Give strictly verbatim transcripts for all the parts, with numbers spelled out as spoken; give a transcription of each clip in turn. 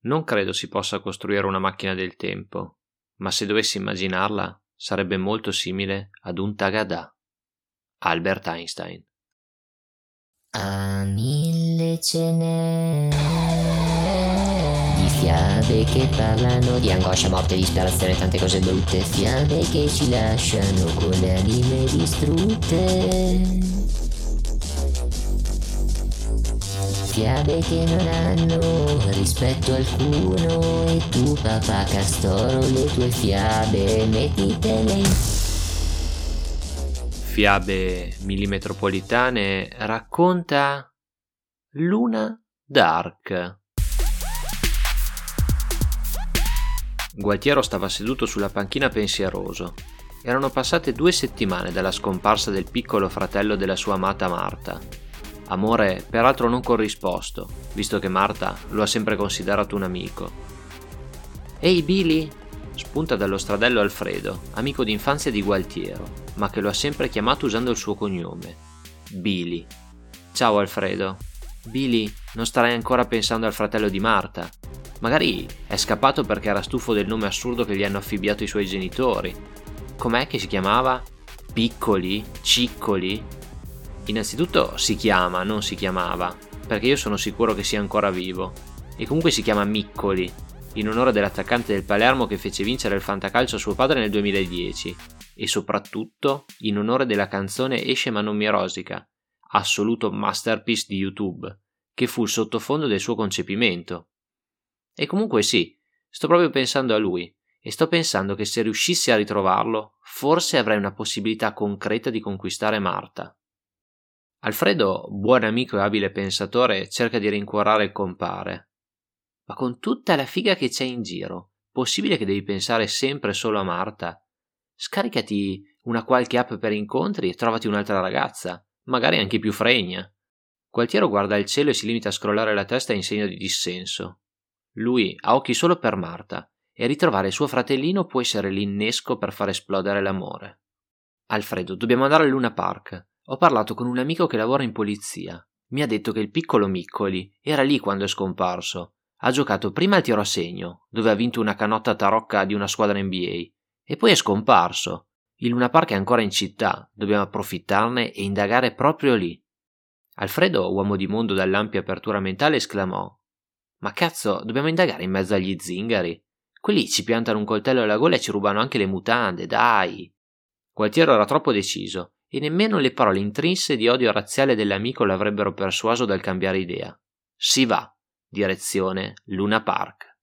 Non credo si possa costruire una macchina del tempo, ma se dovessi immaginarla, sarebbe molto simile ad un Tagada. Albert Einstein. A mille ce n'è di fiabe che parlano di angoscia, morte, disperazione, tante cose brutte, fiabe che ci lasciano con le anime distrutte, fiabe che non hanno rispetto alcuno, e tu, papà Castoro, le tue fiabe mettitele in... Fiabe millimetropolitane racconta Luna Dark. Gualtiero stava seduto sulla panchina pensieroso. Erano passate due settimane dalla scomparsa del piccolo fratello della sua amata Marta. Amore peraltro non corrisposto, visto che Marta lo ha sempre considerato un amico. Ehi Billy! Spunta dallo stradello Alfredo, amico d'infanzia di Gualtiero, ma che lo ha sempre chiamato usando il suo cognome, Billy. Ciao Alfredo. Billy, non starai ancora pensando al fratello di Marta? Magari è scappato perché era stufo del nome assurdo che gli hanno affibbiato i suoi genitori. Com'è che si chiamava? Piccoli? Ciccoli? Innanzitutto si chiama, non si chiamava, perché io sono sicuro che sia ancora vivo. E comunque si chiama Miccoli, in onore dell'attaccante del Palermo che fece vincere il fantacalcio a suo padre nel duemiladieci, e soprattutto in onore della canzone Esce ma non mi rosica, assoluto masterpiece di YouTube, che fu il sottofondo del suo concepimento. E comunque sì, sto proprio pensando a lui, e sto pensando che se riuscissi a ritrovarlo, forse avrei una possibilità concreta di conquistare Marta. Alfredo, buon amico e abile pensatore, cerca di rincuorare il compare. Ma con tutta la figa che c'è in giro, possibile che devi pensare sempre solo a Marta? Scaricati una qualche app per incontri e trovati un'altra ragazza, magari anche più fregna. Gualtiero guarda il cielo e si limita a scrollare la testa in segno di dissenso. Lui ha occhi solo per Marta, e ritrovare il suo fratellino può essere l'innesco per far esplodere l'amore. Alfredo, dobbiamo andare al Luna Park. Ho parlato con un amico che lavora in polizia. Mi ha detto che il piccolo Miccoli era lì quando è scomparso. Ha giocato prima al tiro a segno, dove ha vinto una canotta tarocca di una squadra N B A, e poi è scomparso. Il Luna Park è ancora in città, dobbiamo approfittarne e indagare proprio lì. Alfredo, uomo di mondo dall'ampia apertura mentale, esclamò: ma cazzo, dobbiamo indagare in mezzo agli zingari? Quelli ci piantano un coltello alla gola e ci rubano anche le mutande, dai! Gualtiero era troppo deciso, e nemmeno le parole intrinse di odio razziale dell'amico l'avrebbero persuaso dal cambiare idea. Si va! Direzione Luna Park.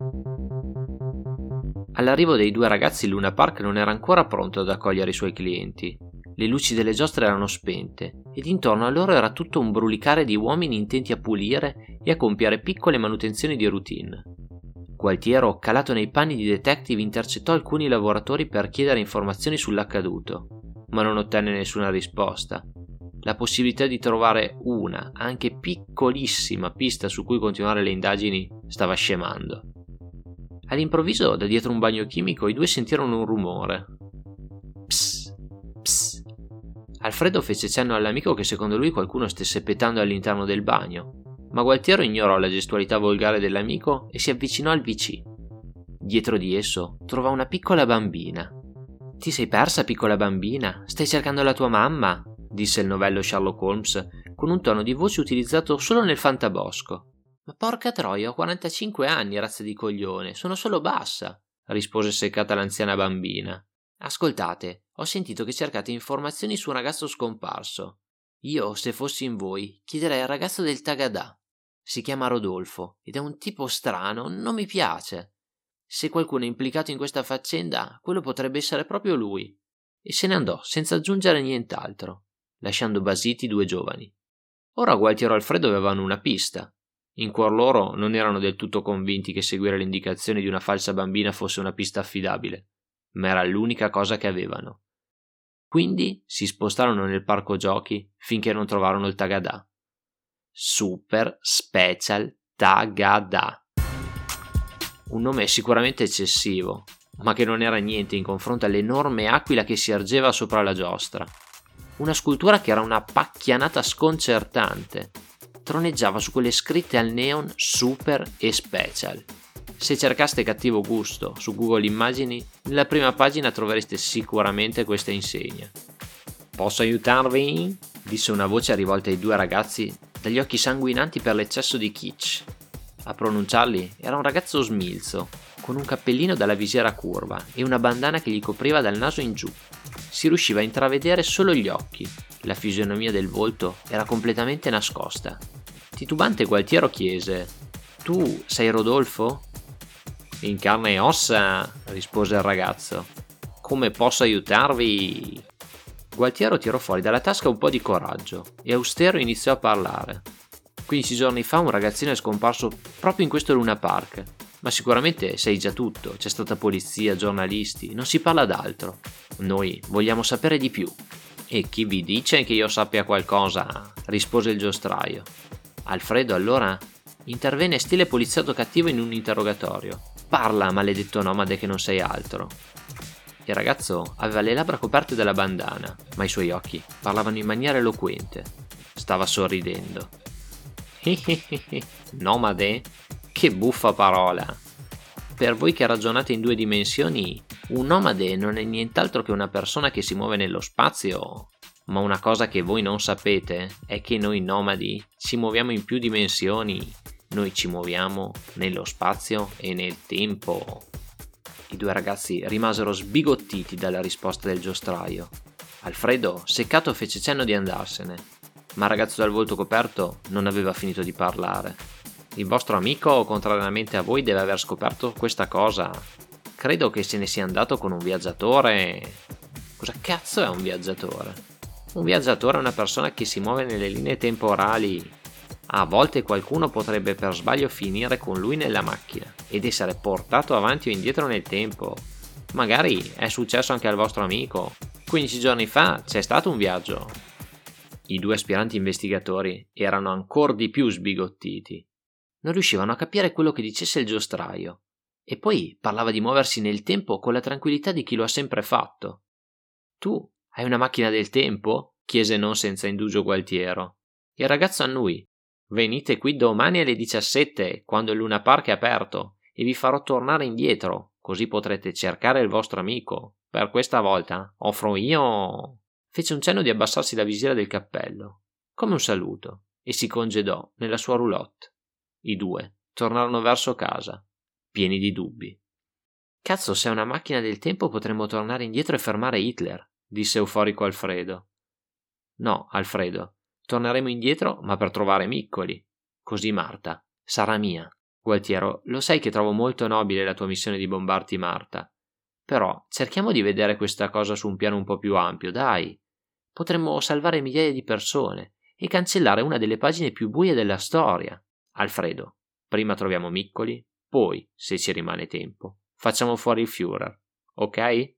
All'arrivo dei due ragazzi il Luna Park non era ancora pronto ad accogliere i suoi clienti. Le luci delle giostre erano spente ed intorno a loro era tutto un brulicare di uomini intenti a pulire e a compiere piccole manutenzioni di routine. Gualtiero, calato nei panni di detective, intercettò alcuni lavoratori per chiedere informazioni sull'accaduto, ma non ottenne nessuna risposta. La possibilità di trovare una, anche piccolissima, pista su cui continuare le indagini stava scemando. All'improvviso, da dietro un bagno chimico, i due sentirono un rumore. Psst, psst. Alfredo fece cenno all'amico che secondo lui qualcuno stesse petando all'interno del bagno, ma Gualtiero ignorò la gestualità volgare dell'amico e si avvicinò al V C. Dietro di esso trovò una piccola bambina. «Ti sei persa, piccola bambina? Stai cercando la tua mamma?» disse il novello Sherlock Holmes con un tono di voce utilizzato solo nel fantabosco. «Ma porca troia, ho quarantacinque anni, razza di coglione, sono solo bassa», rispose seccata l'anziana bambina. «Ascoltate, ho sentito che cercate informazioni su un ragazzo scomparso. Io, se fossi in voi, chiederei al ragazzo del Tagada. Si chiama Rodolfo ed è un tipo strano, non mi piace. Se qualcuno è implicato in questa faccenda, quello potrebbe essere proprio lui». E se ne andò senza aggiungere nient'altro, lasciando basiti i due giovani. Ora Gualtiero e Alfredo avevano una pista. In cuor loro non erano del tutto convinti che seguire le indicazioni di una falsa bambina fosse una pista affidabile, ma era l'unica cosa che avevano. Quindi si spostarono nel parco giochi finché non trovarono il Tagada. Super Special Tagada. Un nome sicuramente eccessivo, ma che non era niente in confronto all'enorme aquila che si ergeva sopra la giostra. Una scultura che era una pacchianata sconcertante. troneggiava su quelle scritte al neon super e special. Se cercaste cattivo gusto su Google Immagini, nella prima pagina trovereste sicuramente questa insegna. Posso aiutarvi? Disse una voce rivolta ai due ragazzi dagli occhi sanguinanti per l'eccesso di kitsch. A pronunciarli era un ragazzo smilzo, con un cappellino dalla visiera curva e una bandana che gli copriva dal naso in giù. Si riusciva a intravedere solo gli occhi, la fisionomia del volto era completamente nascosta. Titubante Gualtiero chiese: «Tu sei Rodolfo?» «In carne e ossa», rispose il ragazzo. «Come posso aiutarvi?» Gualtiero tirò fuori dalla tasca un po' di coraggio e austero iniziò a parlare. quindici giorni fa un ragazzino è scomparso proprio in questo Luna Park. Ma sicuramente sai già tutto, c'è stata polizia, giornalisti, non si parla d'altro. Noi vogliamo sapere di più. E chi vi dice che io sappia qualcosa? Rispose il giostraio. Alfredo allora intervenne stile poliziotto cattivo in un interrogatorio. Parla, maledetto nomade che non sei altro. Il ragazzo aveva le labbra coperte dalla bandana, ma i suoi occhi parlavano in maniera eloquente. Stava sorridendo. Nomade? Che buffa parola! Per voi che ragionate in due dimensioni, un nomade non è nient'altro che una persona che si muove nello spazio. Ma una cosa che voi non sapete è che noi nomadi ci muoviamo in più dimensioni. Noi ci muoviamo nello spazio e nel tempo. I due ragazzi rimasero sbigottiti dalla risposta del giostraio. Alfredo, seccato, fece cenno di andarsene, ma il ragazzo dal volto coperto non aveva finito di parlare. Il vostro amico, contrariamente a voi, deve aver scoperto questa cosa. Credo che se ne sia andato con un viaggiatore. Cosa cazzo è un viaggiatore? Un viaggiatore è una persona che si muove nelle linee temporali. A volte qualcuno potrebbe per sbaglio finire con lui nella macchina ed essere portato avanti o indietro nel tempo. Magari è successo anche al vostro amico. quindici giorni fa c'è stato un viaggio. I due aspiranti investigatori erano ancor di più sbigottiti. Non riuscivano a capire quello che dicesse il giostraio. E poi parlava di muoversi nel tempo con la tranquillità di chi lo ha sempre fatto. Tu hai una macchina del tempo? Chiese non senza indugio Gualtiero. Il ragazzo annui. Venite qui domani alle diciassette, quando il Luna Park è aperto, e vi farò tornare indietro, così potrete cercare il vostro amico. Per questa volta offro io. Fece un cenno di abbassarsi la visiera del cappello, come un saluto, e si congedò nella sua roulotte. I due tornarono verso casa, pieni di dubbi. Cazzo, se è una macchina del tempo potremmo tornare indietro e fermare Hitler, disse euforico Alfredo. No, Alfredo, torneremo indietro ma per trovare Miccoli. Così Marta sarà mia. Gualtiero, lo sai che trovo molto nobile la tua missione di bombarti Marta. Però cerchiamo di vedere questa cosa su un piano un po' più ampio, dai. Potremmo salvare migliaia di persone e cancellare una delle pagine più buie della storia. Alfredo, prima troviamo Miccoli, poi, se ci rimane tempo, facciamo fuori il Führer, ok?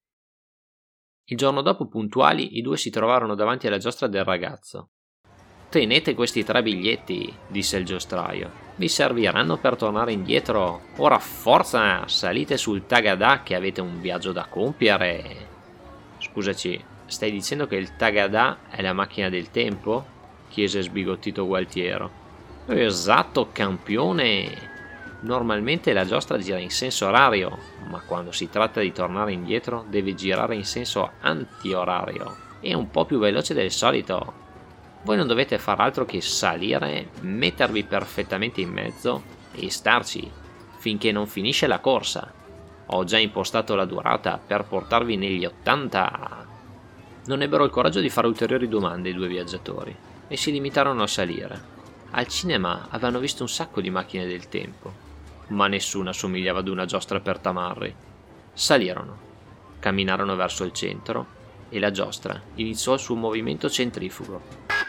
Il giorno dopo, puntuali, i due si trovarono davanti alla giostra del ragazzo. Tenete questi tre biglietti, disse il giostraio. Vi serviranno per tornare indietro. Ora forza, salite sul Tagada che avete un viaggio da compiere. Scusaci, stai dicendo che il Tagada è la macchina del tempo? Chiese sbigottito Gualtiero. Esatto, campione! Normalmente la giostra gira in senso orario, ma quando si tratta di tornare indietro deve girare in senso antiorario e un po' più veloce del solito. Voi non dovete far altro che salire, mettervi perfettamente in mezzo e starci finché non finisce la corsa. Ho già impostato la durata per portarvi negli ottanta. Non ebbero il coraggio di fare ulteriori domande i due viaggiatori e si limitarono a salire. Al cinema avevano visto un sacco di macchine del tempo, ma nessuna somigliava ad una giostra per tamarri. Salirono, camminarono verso il centro e la giostra iniziò il suo movimento centrifugo.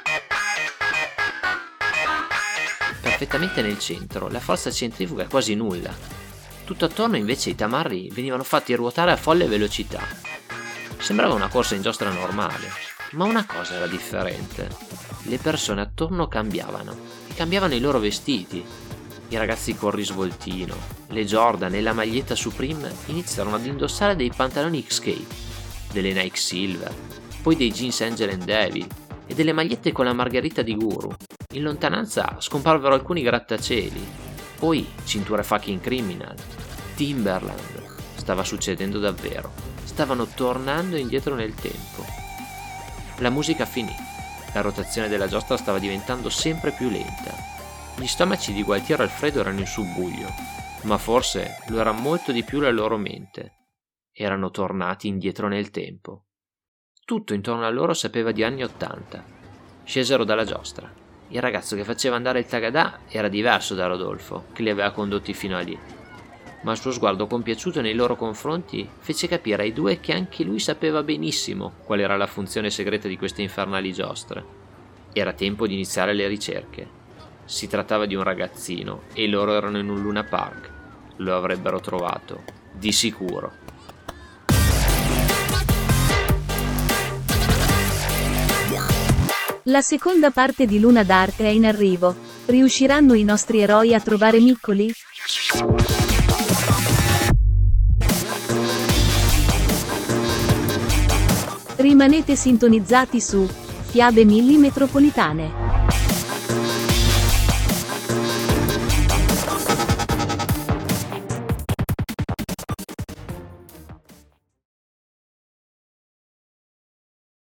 Perfettamente nel centro, la forza centrifuga è quasi nulla. Tutto attorno invece i tamarri venivano fatti ruotare a folle velocità. Sembrava una corsa in giostra normale, ma una cosa era differente. Le persone attorno cambiavano, e cambiavano i loro vestiti. I ragazzi col risvoltino, le Jordan e la maglietta Supreme iniziarono ad indossare dei pantaloni X-Skate, delle Nike Silver, poi dei jeans Angel and Devil e delle magliette con la margherita di Guru. In lontananza scomparvero alcuni grattacieli, poi Cinture Fucking Criminal, Timberland. Stava succedendo davvero, stavano tornando indietro nel tempo. La musica finì, la rotazione della giostra stava diventando sempre più lenta. Gli stomaci di Gualtiero e Alfredo erano in subbuglio, ma forse lo era molto di più la loro mente. Erano tornati indietro nel tempo. Tutto intorno a loro sapeva di anni ottanta. Scesero dalla giostra. Il ragazzo che faceva andare il tagadà era diverso da Rodolfo, che li aveva condotti fino a lì. Ma il suo sguardo compiaciuto nei loro confronti fece capire ai due che anche lui sapeva benissimo qual era la funzione segreta di queste infernali giostre. Era tempo di iniziare le ricerche. Si trattava di un ragazzino e loro erano in un Luna Park. Lo avrebbero trovato, di sicuro. La seconda parte di Luna Dark è in arrivo. Riusciranno i nostri eroi a trovare Miccoli? Rimanete sintonizzati su Fiabe Milli Metropolitane.